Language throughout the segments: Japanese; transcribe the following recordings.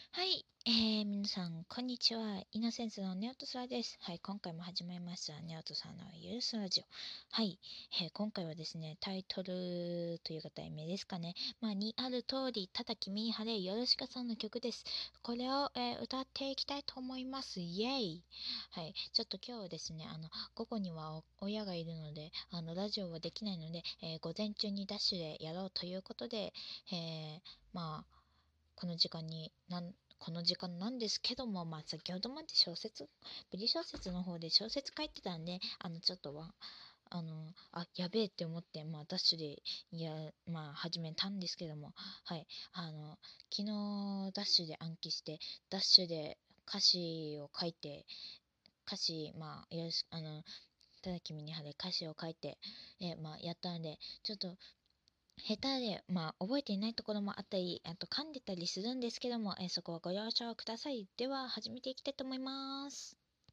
はい、皆さん、こんにちは。イノセンスのネオトスラです。はい、今回も始まりました、ネオトさんのユースラジオ。はい、今回はですね、タイトルというか題名ですかね。にある通り、ただ君に晴れ、よろしかさんの曲です。これを、歌っていきたいと思います。イエイ。はい、ちょっと今日はですね、午後には親がいるので、ラジオはできないので、午前中にダッシュでやろうということで、まあ、この時間にこの時間なんですけども、先ほどまでブリ小説の方で小説書いてたんで、ちょっとは、やべえって思って、ダッシュで、始めたんですけども、はい、昨日、ダッシュで暗記して、ダッシュで歌詞を書いて、歌詞、よろし、ただ君に晴れ歌詞を書いて、やったんで、ちょっと下手で、覚えていないところもあったり、あと噛んでたりするんですけども、そこはご了承ください。では、始めていきたいと思います。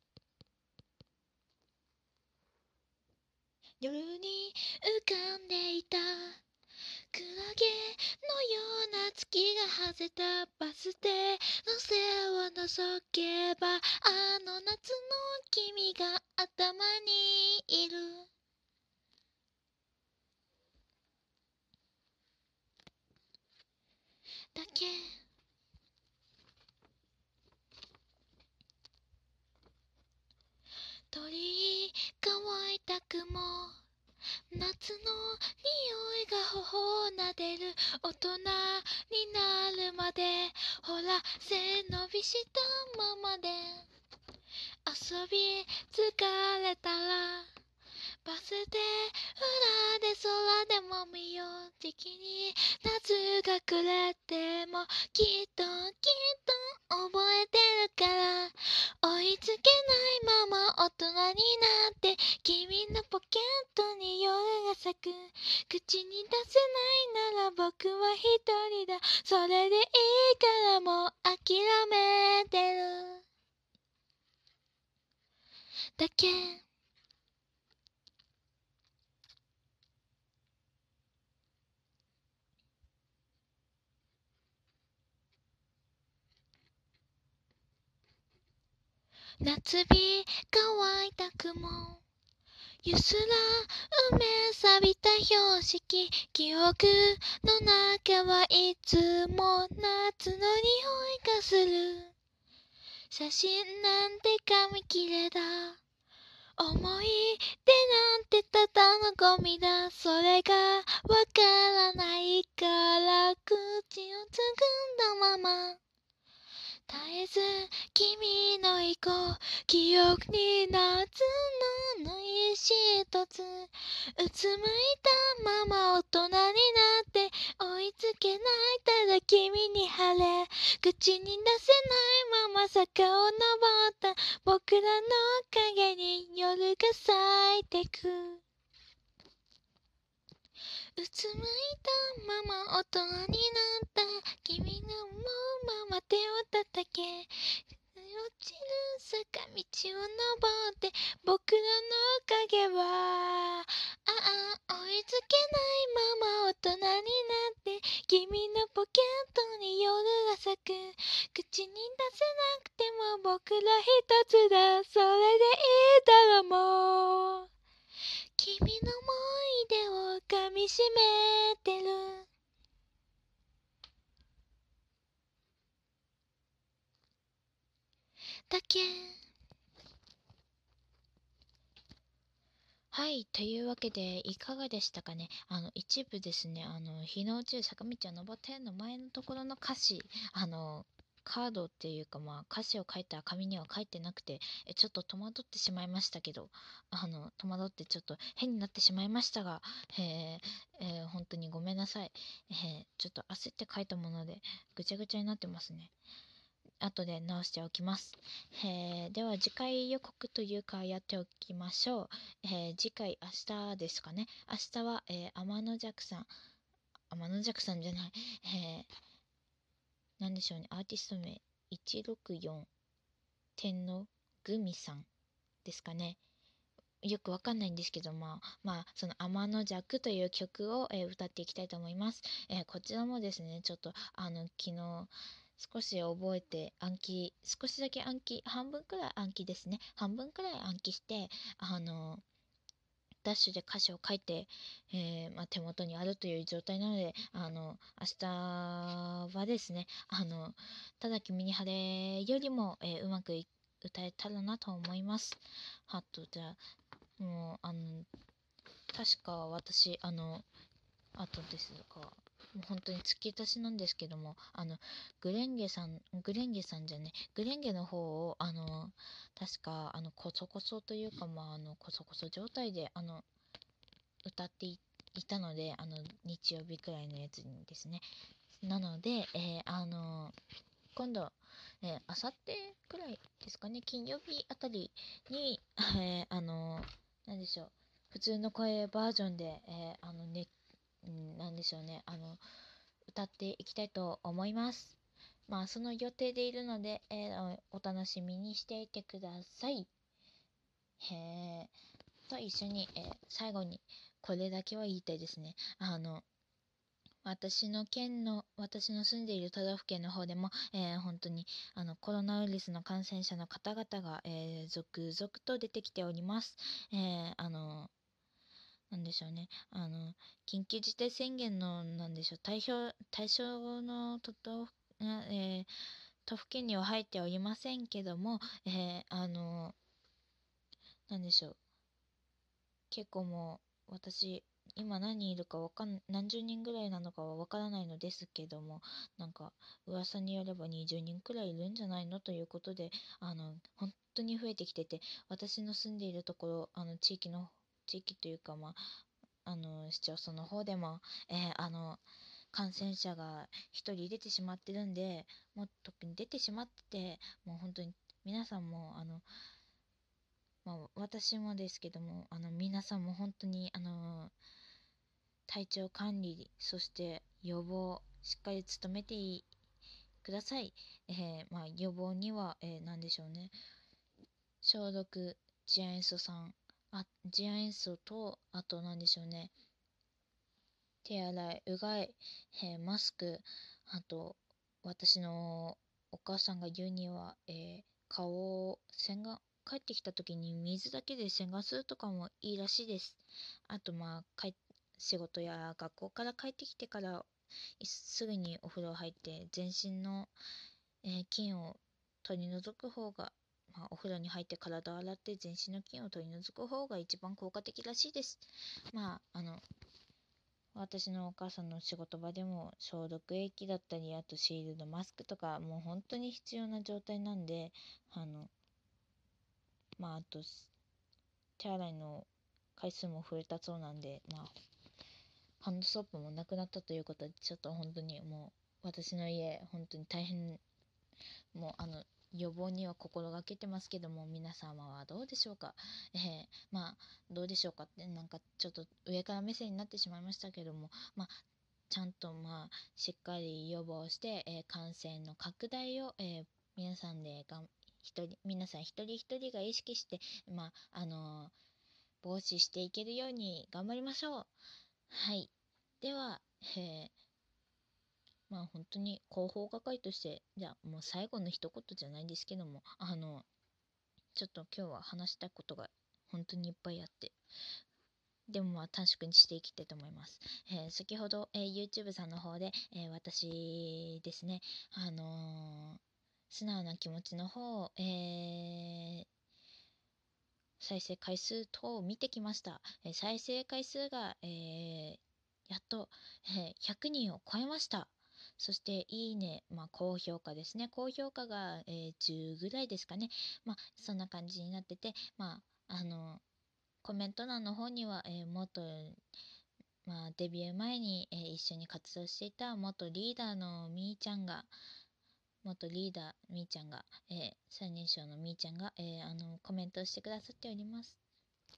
夜に浮かんでいたクラゲのような月が外れたバス停の背を覗けば、あの夏の君が頭にいるだけ。鳥乾いた雲、夏の匂いが頬を撫でる。大人になるまで、ほら背伸びしたままで遊び疲れたらバスで裏で空でも見よう。時期に夏が暮れてもきっと覚えてるから、追いつけないまま大人になって、君のポケットに夜が咲く。口に出せないなら僕は一人だ、それでいいからもう諦めてるだけ。夏日乾いた雲、ゆすら埋め錆びた標識、記憶の中はいつも夏の匂いがする。写真なんて紙切れだ、思い出なんてただのゴミだ。それがわからないから口をつぐんだまま絶えず君の意向、記憶に夏の石一つうつむいたまま大人になって、追いつけないただ君に晴れ、口に出せないまま坂を登った僕らの影に夜が咲いてく。うつむいたまま大人になった君が思うまま手を叩け、落ちる坂道を登って僕らの影は追いつけないまま大人になって、君のポケットに夜が咲く。口に出せなくても僕ら一つだ、それでいいだろう。もう君の思い出を噛みしめてるだけ。はい、というわけで、いかがでしたかね。一部ですね、日の落ちる坂道を登っての前のところの歌詞、カードっていうか、歌詞を書いた紙には書いてなくて、ちょっと戸惑ってしまいましたけど、戸惑ってちょっと変になってしまいましたが、本当にごめんなさい。ちょっと焦って書いたもので、ぐちゃぐちゃになってますね。後で直しておきます。では次回予告というかやっておきましょう。次回明日ですかね。明日は、天の弱さんじゃない、なんでしょうね、アーティスト名164天のグミさんですかね。よくわかんないんですけど、その天の弱という曲を、歌っていきたいと思います。こちらもですね、ちょっと昨日少し覚えて少しだけ暗記、半分くらい暗記ですね。半分くらい暗記して、ダッシュで歌詞を書いて、手元にあるという状態なので、明日はですね、ただ君に晴れよりも、うまく歌えたらなと思います。じゃあ、もう、確か私、あとですが、もう本当に付け足しなんですけども、グレンゲの方を、確か、こそこそというか、こそこそ状態で、歌っていたので、日曜日くらいのやつにですね。なので、今度、あさってくらいですかね、金曜日あたりに、なんでしょう、普通の声バージョンで、なんでしょうね、歌っていきたいと思います。その予定でいるので、お楽しみにしていてください。と一緒に、最後にこれだけは言いたいですね。私の住んでいる都道府県の方でも、本当にコロナウイルスの感染者の方々が、続々と出てきております。なんでしょうね。緊急事態宣言の、なんでしょう、対象の都府県には入っておりませんけども、なんでしょう。結構もう私今何人いるか何十人ぐらいなのかはわからないのですけども、なんか噂によれば20人くらいいるんじゃないのということで、本当に増えてきてて、私の住んでいるところ、地域というか、市町村の方でも、感染者が一人出てしまってるんで、もう特に出てしまってて、もう本当に皆さんも私もですけども、皆さんも本当に、体調管理、そして予防、しっかり努めてください。予防には、何でしょうね。消毒、次亜塩素酸、次亜塩素と、あと何でしょうね。手洗い、うがい、マスク、あと、私のお母さんが言うには、顔を帰ってきた時に水だけで洗顔するとかもいいらしいです。あと、仕事や学校から帰ってきてからすぐにお風呂入って全身の、菌を取り除く方が、お風呂に入って体を洗って全身の菌を取り除く方が一番効果的らしいです。私のお母さんの仕事場でも消毒液だったり、あとシールドマスクとか、もう本当に必要な状態なんで、あと、手洗いの回数も増えたそうなんで、ハンドソープもなくなったということで、ちょっと本当にもう、私の家、本当に大変、もう予防には心がけてますけども、皆様はどうでしょうか。どうでしょうかって、なんかちょっと上から目線になってしまいましたけども、ちゃんとしっかり予防して、感染の拡大を、皆さん皆さん一人一人が意識して、防止していけるように頑張りましょう。はい。では、本当に広報係として、じゃあもう最後の一言じゃないですけども、ちょっと今日は話したいことが本当にいっぱいあって、でも短縮にしていきたいと思います。先ほど、YouTube さんの方で、私ですね、素直な気持ちの方、再生回数等を見てきました。再生回数が、やっと、100人を超えました。そして、いいね、高評価ですね。高評価が、10ぐらいですかね。そんな感じになってて、コメント欄の方には、デビュー前に、一緒に活動していた元リーダーのみーちゃんが、最年少のみーちゃんが、コメントをしてくださっております。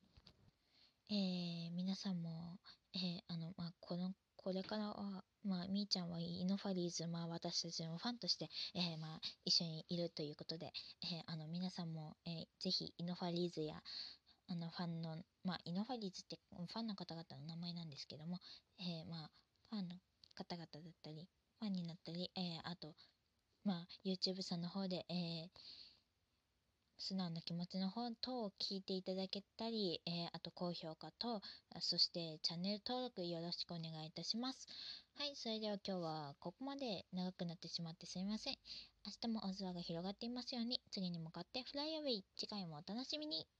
皆さんも、これからは、みーちゃんはイノファリーズ、私たちのファンとして、一緒にいるということで、皆さんも、ぜひイノファリーズや、ファンの、イノファリーズってファンの方々の名前なんですけども、ファンの方々だったり、ファンになったり、あと、 YouTube さんの方で、素直な気持ちの方等を聞いていただけたり、あと高評価と、そしてチャンネル登録よろしくお願いいたします。はい、それでは今日はここまで長くなってしまってすみません。明日も青空が広がっていますように、次に向かってフライアウェイ。次回もお楽しみに。